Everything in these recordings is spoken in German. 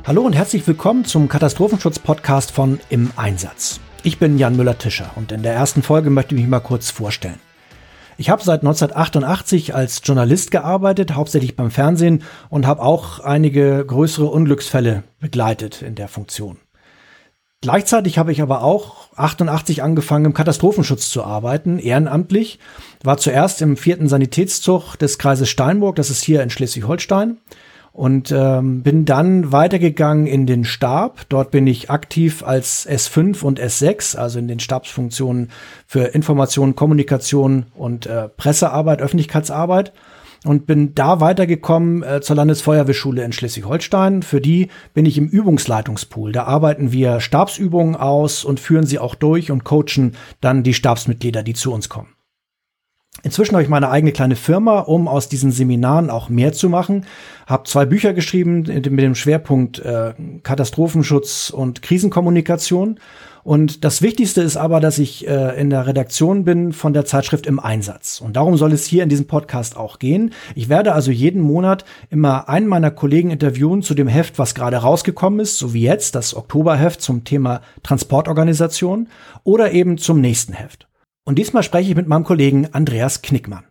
Hallo und herzlich willkommen zum Katastrophenschutz-Podcast von Im Einsatz. Ich bin Jan Müller-Tischer und in der ersten Folge möchte ich mich mal kurz vorstellen. Ich habe seit 1988 als Journalist gearbeitet, hauptsächlich beim Fernsehen, und habe auch einige größere Unglücksfälle begleitet in der Funktion. Gleichzeitig habe ich aber auch 88 angefangen, im Katastrophenschutz zu arbeiten, ehrenamtlich. War zuerst im 4. Sanitätszug des Kreises Steinburg, das ist hier in Schleswig-Holstein. Und bin dann weitergegangen in den Stab. Dort bin ich aktiv als S5 und S6, also in den Stabsfunktionen für Information, Kommunikation und Pressearbeit, Öffentlichkeitsarbeit. Und bin da weitergekommen zur Landesfeuerwehrschule in Schleswig-Holstein. Für die bin ich im Übungsleitungspool. Da arbeiten wir Stabsübungen aus und führen sie auch durch und coachen dann die Stabsmitglieder, die zu uns kommen. Inzwischen habe ich meine eigene kleine Firma, um aus diesen Seminaren auch mehr zu machen. Habe 2 Bücher geschrieben mit dem Schwerpunkt Katastrophenschutz und Krisenkommunikation. Und das Wichtigste ist aber, dass ich in der Redaktion bin von der Zeitschrift Im Einsatz. Und darum soll es hier in diesem Podcast auch gehen. Ich werde also jeden Monat immer einen meiner Kollegen interviewen zu dem Heft, was gerade rausgekommen ist, so wie jetzt das Oktoberheft zum Thema Transportorganisation oder eben zum nächsten Heft. Und diesmal spreche ich mit meinem Kollegen Andreas Knickmann.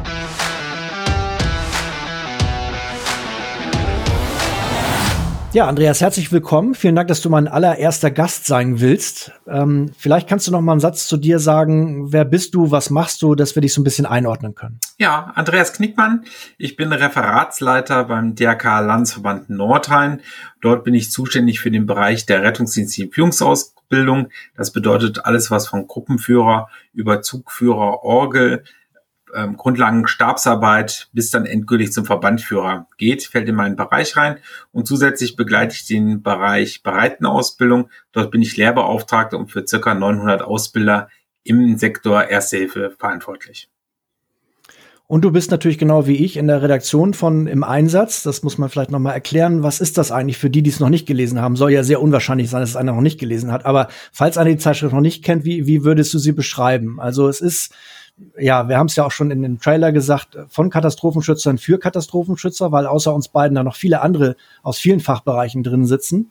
Ja, Andreas, herzlich willkommen. Vielen Dank, dass du mein allererster Gast sein willst. Vielleicht kannst du noch mal einen Satz zu dir sagen. Wer bist du? Was machst du? Dass wir dich so ein bisschen einordnen können. Ja, Andreas Knickmann. Ich bin Referatsleiter beim DRK Landesverband Nordrhein. Dort bin ich zuständig für den Bereich der rettungsdienstlichen Führungsausbildung. Das bedeutet alles, was von Gruppenführer über Zugführer, Orgel, Grundlagen Stabsarbeit bis dann endgültig zum Verbandführer geht, fällt in meinen Bereich rein. Und zusätzlich begleite ich den Bereich Bereitenausbildung. Dort bin ich Lehrbeauftragter und für ca. 900 Ausbilder im Sektor Erste Hilfe verantwortlich. Und du bist natürlich genau wie ich in der Redaktion von Im Einsatz. Das muss man vielleicht noch mal erklären. Was ist das eigentlich für die es noch nicht gelesen haben? Soll ja sehr unwahrscheinlich sein, dass es einer noch nicht gelesen hat. Aber falls einer die Zeitschrift noch nicht kennt, wie würdest du sie beschreiben? Also es ist, ja, wir haben es ja auch schon in dem Trailer gesagt, von Katastrophenschützern für Katastrophenschützer, weil außer uns beiden da noch viele andere aus vielen Fachbereichen drin sitzen.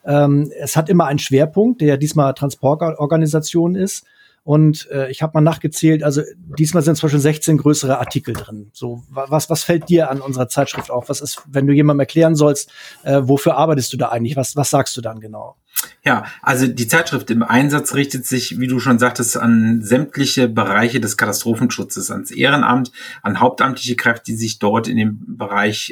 Es hat immer einen Schwerpunkt, der diesmal Transportorganisation ist. Und ich habe mal nachgezählt, also diesmal sind zum Beispiel 16 größere Artikel drin. So, was fällt dir an unserer Zeitschrift auf? Was ist, wenn du jemandem erklären sollst, wofür arbeitest du da eigentlich? Was sagst du dann genau? Ja, also die Zeitschrift Im Einsatz richtet sich, wie du schon sagtest, an sämtliche Bereiche des Katastrophenschutzes, ans Ehrenamt, an hauptamtliche Kräfte, die sich dort in dem Bereich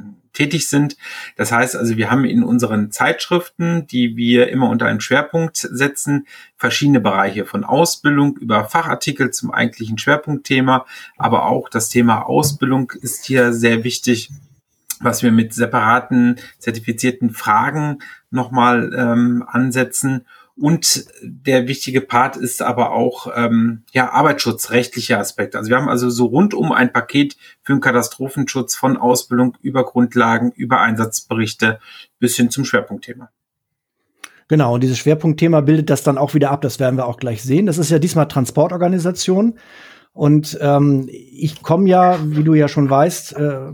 tätig sind. Das heißt also, wir haben in unseren Zeitschriften, die wir immer unter einen Schwerpunkt setzen, verschiedene Bereiche von Ausbildung über Fachartikel zum eigentlichen Schwerpunktthema, aber auch das Thema Ausbildung ist hier sehr wichtig, was wir mit separaten, zertifizierten Fragen nochmal ansetzen. Und der wichtige Part ist aber auch arbeitsschutzrechtliche Aspekte. Also wir haben also so rundum ein Paket für den Katastrophenschutz von Ausbildung über Grundlagen, über Einsatzberichte bis hin zum Schwerpunktthema. Genau, und dieses Schwerpunktthema bildet das dann auch wieder ab. Das werden wir auch gleich sehen. Das ist ja diesmal Transportorganisation. Und ich komme ja, wie du ja schon weißt,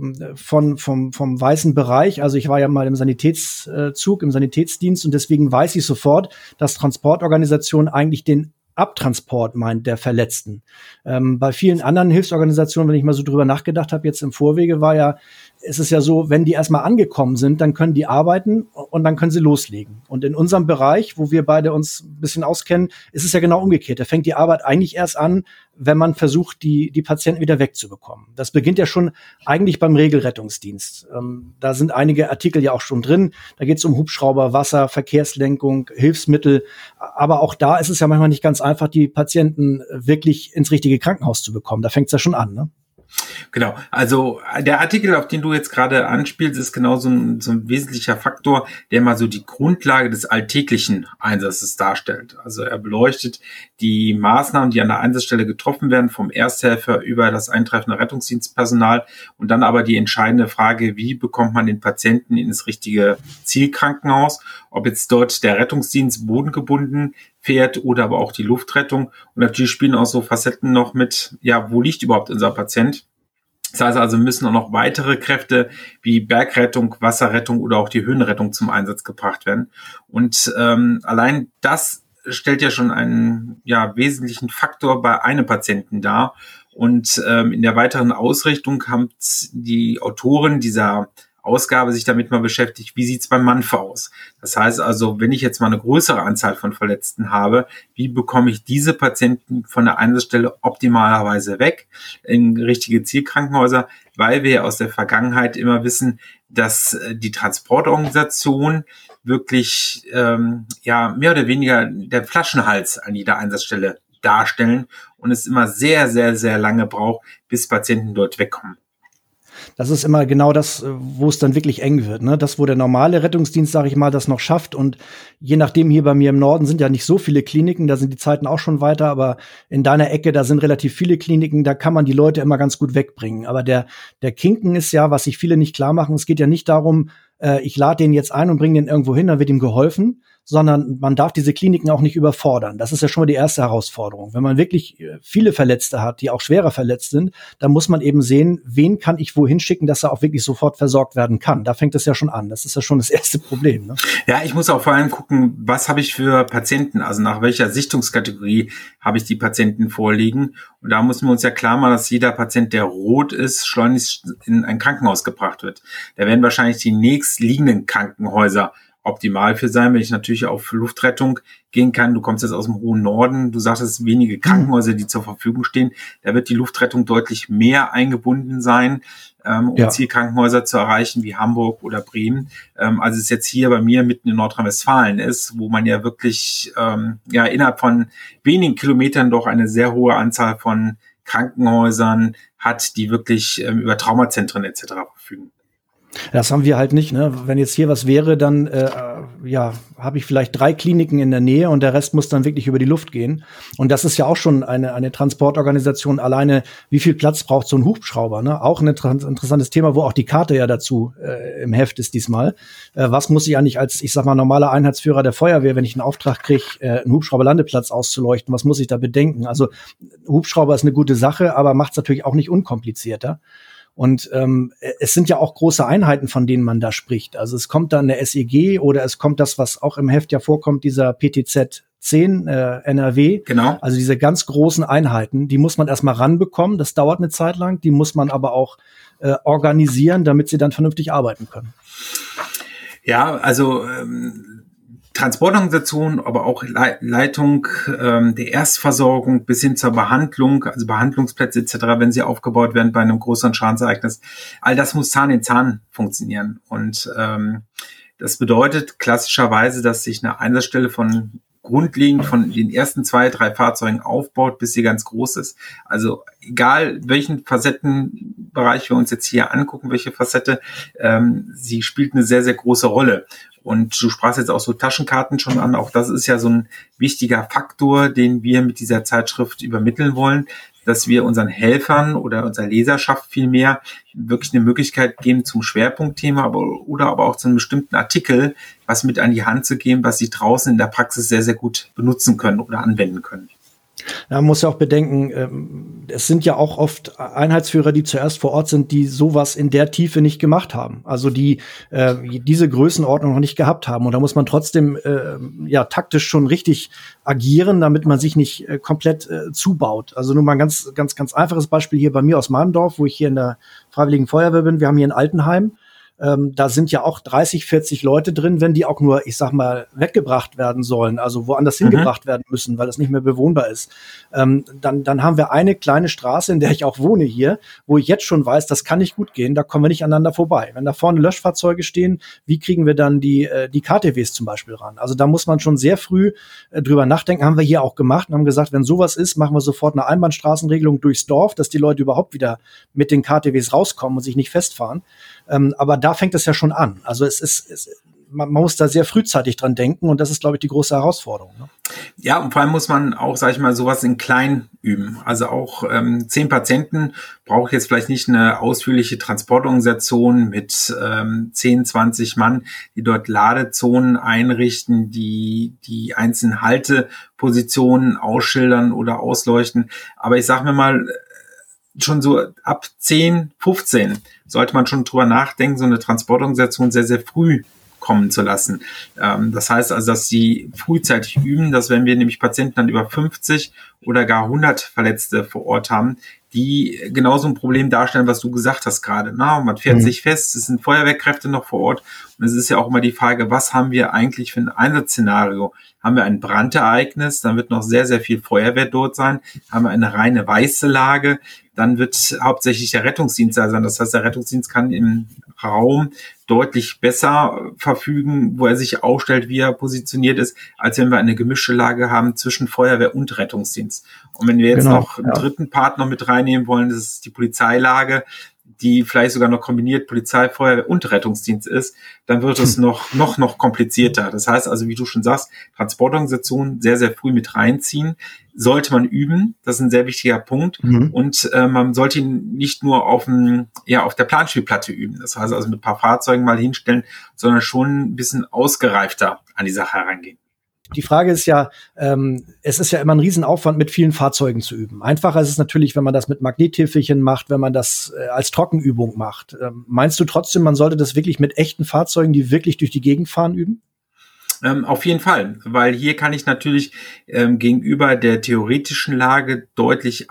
vom weißen Bereich. Also ich war ja mal im Sanitätszug, im Sanitätsdienst, und deswegen weiß ich sofort, dass Transportorganisation eigentlich den Abtransport meint der Verletzten. Bei vielen anderen Hilfsorganisationen, wenn ich mal so drüber nachgedacht habe, jetzt im Vorwege, ist es ja so, wenn die erstmal angekommen sind, dann können die arbeiten und dann können sie loslegen. Und in unserem Bereich, wo wir beide uns ein bisschen auskennen, ist es ja genau umgekehrt. Da fängt die Arbeit eigentlich erst an, wenn man versucht, die Patienten wieder wegzubekommen. Das beginnt ja schon eigentlich beim Regelrettungsdienst. Da sind einige Artikel ja auch schon drin. Da geht es um Hubschrauber, Wasser, Verkehrslenkung, Hilfsmittel. Aber auch da ist es ja manchmal nicht ganz einfach, die Patienten wirklich ins richtige Krankenhaus zu bekommen. Da fängt es ja schon an, ne? Genau, also der Artikel, auf den du jetzt gerade anspielst, ist genau so ein wesentlicher Faktor, der mal so die Grundlage des alltäglichen Einsatzes darstellt. Also er beleuchtet die Maßnahmen, die an der Einsatzstelle getroffen werden, vom Ersthelfer über das eintreffende Rettungsdienstpersonal und dann aber die entscheidende Frage, wie bekommt man den Patienten in das richtige Zielkrankenhaus, ob jetzt dort der Rettungsdienst bodengebunden fährt oder aber auch die Luftrettung. Und natürlich spielen auch so Facetten noch mit, ja, wo liegt überhaupt unser Patient? Das heißt also, müssen auch noch weitere Kräfte wie Bergrettung, Wasserrettung oder auch die Höhenrettung zum Einsatz gebracht werden. Und allein das stellt ja schon einen wesentlichen Faktor bei einem Patienten dar. Und in der weiteren Ausrichtung haben die Autoren dieser Ausgabe sich damit mal beschäftigt, wie sieht's beim MANF aus? Das heißt also, wenn ich jetzt mal eine größere Anzahl von Verletzten habe, wie bekomme ich diese Patienten von der Einsatzstelle optimalerweise weg in richtige Zielkrankenhäuser? Weil wir ja aus der Vergangenheit immer wissen, dass die Transportorganisation wirklich mehr oder weniger der Flaschenhals an jeder Einsatzstelle darstellen und es immer sehr, sehr, sehr lange braucht, bis Patienten dort wegkommen. Das ist immer genau das, wo es dann wirklich eng wird, ne? Das, wo der normale Rettungsdienst, sage ich mal, das noch schafft. Und je nachdem, hier bei mir im Norden sind ja nicht so viele Kliniken, da sind die Zeiten auch schon weiter, aber in deiner Ecke, da sind relativ viele Kliniken, da kann man die Leute immer ganz gut wegbringen. Aber der Kinken ist ja, was sich viele nicht klar machen, es geht ja nicht darum, ich lade den jetzt ein und bringe den irgendwo hin, dann wird ihm geholfen, sondern man darf diese Kliniken auch nicht überfordern. Das ist ja schon mal die erste Herausforderung. Wenn man wirklich viele Verletzte hat, die auch schwerer verletzt sind, dann muss man eben sehen, wen kann ich wohin schicken, dass er auch wirklich sofort versorgt werden kann. Da fängt es ja schon an. Das ist ja schon das erste Problem, ne? Ja, ich muss auch vor allem gucken, was habe ich für Patienten, also nach welcher Sichtungskategorie habe ich die Patienten vorliegen. Und da müssen wir uns ja klar machen, dass jeder Patient, der rot ist, schleunigst in ein Krankenhaus gebracht wird. Da werden wahrscheinlich die nächstliegenden Krankenhäuser optimal für sein, wenn ich natürlich auf Luftrettung gehen kann. Du kommst jetzt aus dem hohen Norden, du sagst, es sind wenige Krankenhäuser, die zur Verfügung stehen. Da wird die Luftrettung deutlich mehr eingebunden sein, um Zielkrankenhäuser zu erreichen, wie Hamburg oder Bremen. Also es jetzt hier bei mir mitten in Nordrhein-Westfalen ist, wo man ja wirklich innerhalb von wenigen Kilometern doch eine sehr hohe Anzahl von Krankenhäusern hat, die wirklich über Traumazentren etc. verfügen. Das haben wir halt nicht, ne? Wenn jetzt hier was wäre, dann habe ich vielleicht 3 Kliniken in der Nähe und der Rest muss dann wirklich über die Luft gehen. Und das ist ja auch schon eine Transportorganisation. Alleine, wie viel Platz braucht so ein Hubschrauber, ne? Auch ein interessantes Thema, wo auch die Karte ja dazu im Heft ist diesmal. Was muss ich eigentlich als, ich sag mal, normaler Einheitsführer der Feuerwehr, wenn ich einen Auftrag kriege, einen Hubschrauberlandeplatz auszuleuchten, was muss ich da bedenken? Also Hubschrauber ist eine gute Sache, aber macht es natürlich auch nicht unkomplizierter. Und es sind ja auch große Einheiten, von denen man da spricht. Also es kommt dann eine SEG oder es kommt das, was auch im Heft ja vorkommt, dieser PTZ 10 NRW. Genau. Also diese ganz großen Einheiten, die muss man erstmal ranbekommen. Das dauert eine Zeit lang. Die muss man aber auch organisieren, damit sie dann vernünftig arbeiten können. Ja, also Transportorganisation, aber auch Leitung der Erstversorgung bis hin zur Behandlung, also Behandlungsplätze etc., wenn sie aufgebaut werden bei einem größeren Schadensereignis. All das muss Zahn in Zahn funktionieren. Und das bedeutet klassischerweise, dass sich eine Einsatzstelle von grundlegend von den ersten 2, 3 Fahrzeugen aufbaut, bis sie ganz groß ist. Also egal, welchen Facettenbereich wir uns jetzt hier angucken, welche Facette, sie spielt eine sehr, sehr große Rolle. Und du sprachst jetzt auch so Taschenkarten schon an. Auch das ist ja so ein wichtiger Faktor, den wir mit dieser Zeitschrift übermitteln wollen, dass wir unseren Helfern oder unserer Leserschaft vielmehr wirklich eine Möglichkeit geben zum Schwerpunktthema oder aber auch zu einem bestimmten Artikel, was mit an die Hand zu geben, was sie draußen in der Praxis sehr, sehr gut benutzen können oder anwenden können. Ja, man muss ja auch bedenken, es sind ja auch oft Einheitsführer, die zuerst vor Ort sind, die sowas in der Tiefe nicht gemacht haben. Also die diese Größenordnung noch nicht gehabt haben. Und da muss man trotzdem taktisch schon richtig agieren, damit man sich nicht komplett zubaut. Also nur mal ein ganz einfaches Beispiel hier bei mir aus meinem Dorf, wo ich hier in der Freiwilligen Feuerwehr bin. Wir haben hier in Altenheim. Da sind ja auch 30, 40 Leute drin, wenn die auch nur, ich sag mal, weggebracht werden sollen, also woanders hingebracht werden müssen, weil das nicht mehr bewohnbar ist. Dann haben wir eine kleine Straße, in der ich auch wohne hier, wo ich jetzt schon weiß, das kann nicht gut gehen, da kommen wir nicht aneinander vorbei. Wenn da vorne Löschfahrzeuge stehen, wie kriegen wir dann die KTWs zum Beispiel ran? Also da muss man schon sehr früh drüber nachdenken, haben wir hier auch gemacht und haben gesagt, wenn sowas ist, machen wir sofort eine Einbahnstraßenregelung durchs Dorf, dass die Leute überhaupt wieder mit den KTWs rauskommen und sich nicht festfahren. Aber da fängt es ja schon an. Also man muss da sehr frühzeitig dran denken und das ist, glaube ich, die große Herausforderung. Ne? Ja, und vor allem muss man auch, sage ich mal, sowas in klein üben. Also auch 10 Patienten braucht jetzt vielleicht nicht eine ausführliche Transportorganisation mit 10, 20 Mann, die dort Ladezonen einrichten, die einzelnen Haltepositionen ausschildern oder ausleuchten. Aber ich sage mir mal, schon so ab 10, 15 sollte man schon drüber nachdenken, so eine Transportorganisation sehr, sehr früh kommen zu lassen. Das heißt also, dass sie frühzeitig üben, dass wenn wir nämlich Patienten dann über 50 oder gar 100 Verletzte vor Ort haben, die genauso ein Problem darstellen, was du gesagt hast gerade. Man fährt sich fest, es sind Feuerwehrkräfte noch vor Ort und es ist ja auch immer die Frage, was haben wir eigentlich für ein Einsatzszenario? Haben wir ein Brandereignis, dann wird noch sehr, sehr viel Feuerwehr dort sein. Haben wir eine reine weiße Lage, dann wird hauptsächlich der Rettungsdienst da sein. Das heißt, der Rettungsdienst kann im Raum deutlich besser verfügen, wo er sich aufstellt, wie er positioniert ist, als wenn wir eine gemischte Lage haben zwischen Feuerwehr und Rettungsdienst. Und wenn wir jetzt noch einen dritten Partner mit reinnehmen wollen, das ist die Polizeilage, die vielleicht sogar noch kombiniert Polizei, Feuerwehr und Rettungsdienst ist, dann wird es noch komplizierter. Das heißt also, wie du schon sagst, Transportorganisationen sehr, sehr früh mit reinziehen. Sollte man üben, das ist ein sehr wichtiger Punkt. Und man sollte ihn nicht nur auf der Planspielplatte üben. Das heißt also mit ein paar Fahrzeugen mal hinstellen, sondern schon ein bisschen ausgereifter an die Sache herangehen. Die Frage ist ja, es ist ja immer ein Riesenaufwand, mit vielen Fahrzeugen zu üben. Einfacher ist es natürlich, wenn man das mit Magnettäfelchen macht, wenn man das als Trockenübung macht. Meinst du trotzdem, man sollte das wirklich mit echten Fahrzeugen, die wirklich durch die Gegend fahren, üben? Auf jeden Fall, weil hier kann ich natürlich gegenüber der theoretischen Lage deutlich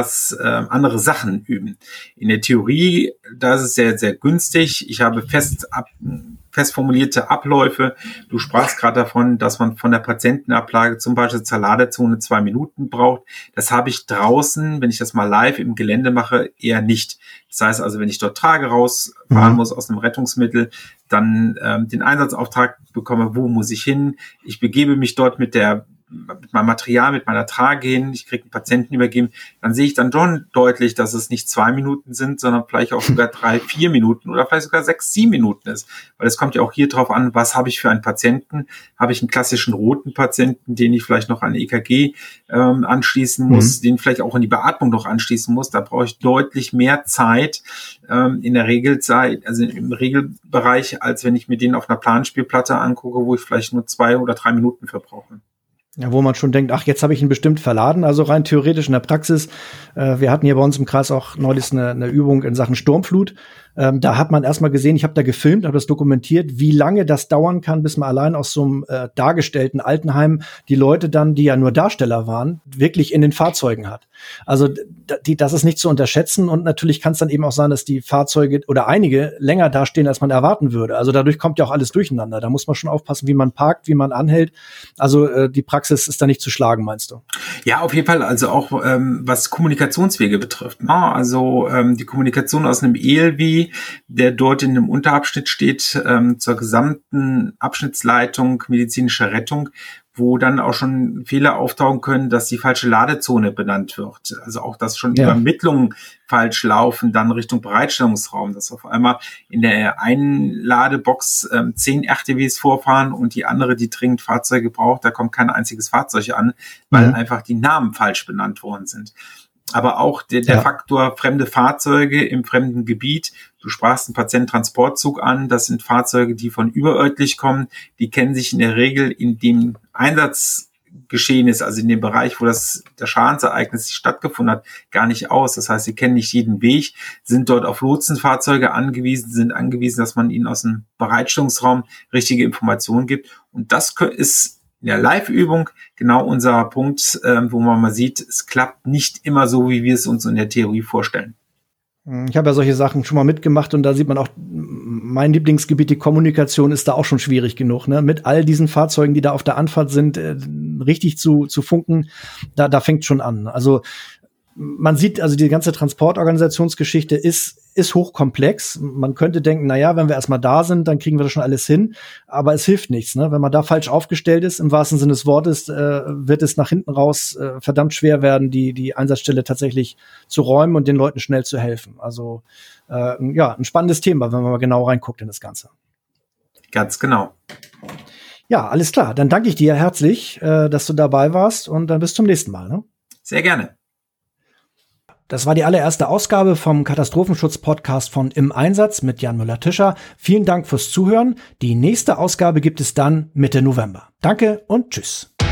andere Sachen üben. In der Theorie, da ist es sehr, sehr günstig. Ich habe fest formulierte Abläufe. Du sprachst gerade davon, dass man von der Patientenablage zum Beispiel zur Ladezone 2 Minuten braucht. Das habe ich draußen, wenn ich das mal live im Gelände mache, eher nicht. Das heißt also, wenn ich dort Trage rausfahren muss aus einem Rettungsmittel, dann den Einsatzauftrag bekomme, wo muss ich hin? Ich begebe mich dort mit meinem Material, mit meiner Trage hin, ich kriege einen Patienten übergeben, dann sehe ich dann schon deutlich, dass es nicht 2 Minuten sind, sondern vielleicht auch sogar 3, 4 Minuten oder vielleicht sogar 6, 7 Minuten ist. Weil es kommt ja auch hier drauf an, was habe ich für einen Patienten? Habe ich einen klassischen roten Patienten, den ich vielleicht noch an EKG anschließen muss, den vielleicht auch in die Beatmung noch anschließen muss? Da brauche ich deutlich mehr Zeit in der Regelzeit, also im Regelbereich, als wenn ich mir den auf einer Planspielplatte angucke, wo ich vielleicht nur 2 oder 3 Minuten für brauche. Ja, wo man schon denkt, ach, jetzt habe ich ihn bestimmt verladen. Also rein theoretisch in der Praxis. Wir hatten hier bei uns im Kreis auch neulich eine Übung in Sachen Sturmflut. Da hat man erstmal gesehen, ich habe da gefilmt, habe das dokumentiert, wie lange das dauern kann, bis man allein aus so einem dargestellten Altenheim die Leute dann, die ja nur Darsteller waren, wirklich in den Fahrzeugen hat. Also das ist nicht zu unterschätzen und natürlich kann es dann eben auch sein, dass die Fahrzeuge oder einige länger dastehen, als man erwarten würde. Also dadurch kommt ja auch alles durcheinander. Da muss man schon aufpassen, wie man parkt, wie man anhält. Also die Praxis ist da nicht zu schlagen, meinst du? Ja, auf jeden Fall. Also auch was Kommunikationswege betrifft. Also die Kommunikation aus einem ELW, der dort in einem Unterabschnitt steht, zur gesamten Abschnittsleitung medizinische Rettung, wo dann auch schon Fehler auftauchen können, dass die falsche Ladezone benannt wird. Also auch, dass schon Übermittlungen falsch laufen, dann Richtung Bereitstellungsraum, dass auf einmal in der einen Ladebox 10 RTWs vorfahren und die andere, die dringend Fahrzeuge braucht, da kommt kein einziges Fahrzeug an, weil einfach die Namen falsch benannt worden sind. Aber auch der Faktor fremde Fahrzeuge im fremden Gebiet. Du sprachst einen Patiententransportzug an. Das sind Fahrzeuge, die von überörtlich kommen. Die kennen sich in der Regel in dem Einsatzgeschehen ist, also in dem Bereich, wo das Schadensereignis stattgefunden hat, gar nicht aus. Das heißt, sie kennen nicht jeden Weg, sind dort auf Lotsenfahrzeuge angewiesen, sind angewiesen, dass man ihnen aus dem Bereitstellungsraum richtige Informationen gibt. Und das ist in der Live-Übung genau unser Punkt, wo man mal sieht, es klappt nicht immer so, wie wir es uns in der Theorie vorstellen. Ich habe ja solche Sachen schon mal mitgemacht und da sieht man auch, mein Lieblingsgebiet, die Kommunikation ist da auch schon schwierig genug, ne? Mit all diesen Fahrzeugen, die da auf der Anfahrt sind, richtig zu funken, da fängt schon an. Also man sieht, also die ganze Transportorganisationsgeschichte ist hochkomplex. Man könnte denken, na ja, wenn wir erstmal da sind, dann kriegen wir das schon alles hin. Aber es hilft nichts, ne? Wenn man da falsch aufgestellt ist, im wahrsten Sinne des Wortes, wird es nach hinten raus verdammt schwer werden, die Einsatzstelle tatsächlich zu räumen und den Leuten schnell zu helfen. Also ein spannendes Thema, wenn man mal genau reinguckt in das Ganze. Ganz genau. Ja, alles klar. Dann danke ich dir herzlich, dass du dabei warst und dann bis zum nächsten Mal. Ne? Sehr gerne. Das war die allererste Ausgabe vom Katastrophenschutz-Podcast von Im Einsatz mit Jan Müller-Tischer. Vielen Dank fürs Zuhören. Die nächste Ausgabe gibt es dann Mitte November. Danke und tschüss.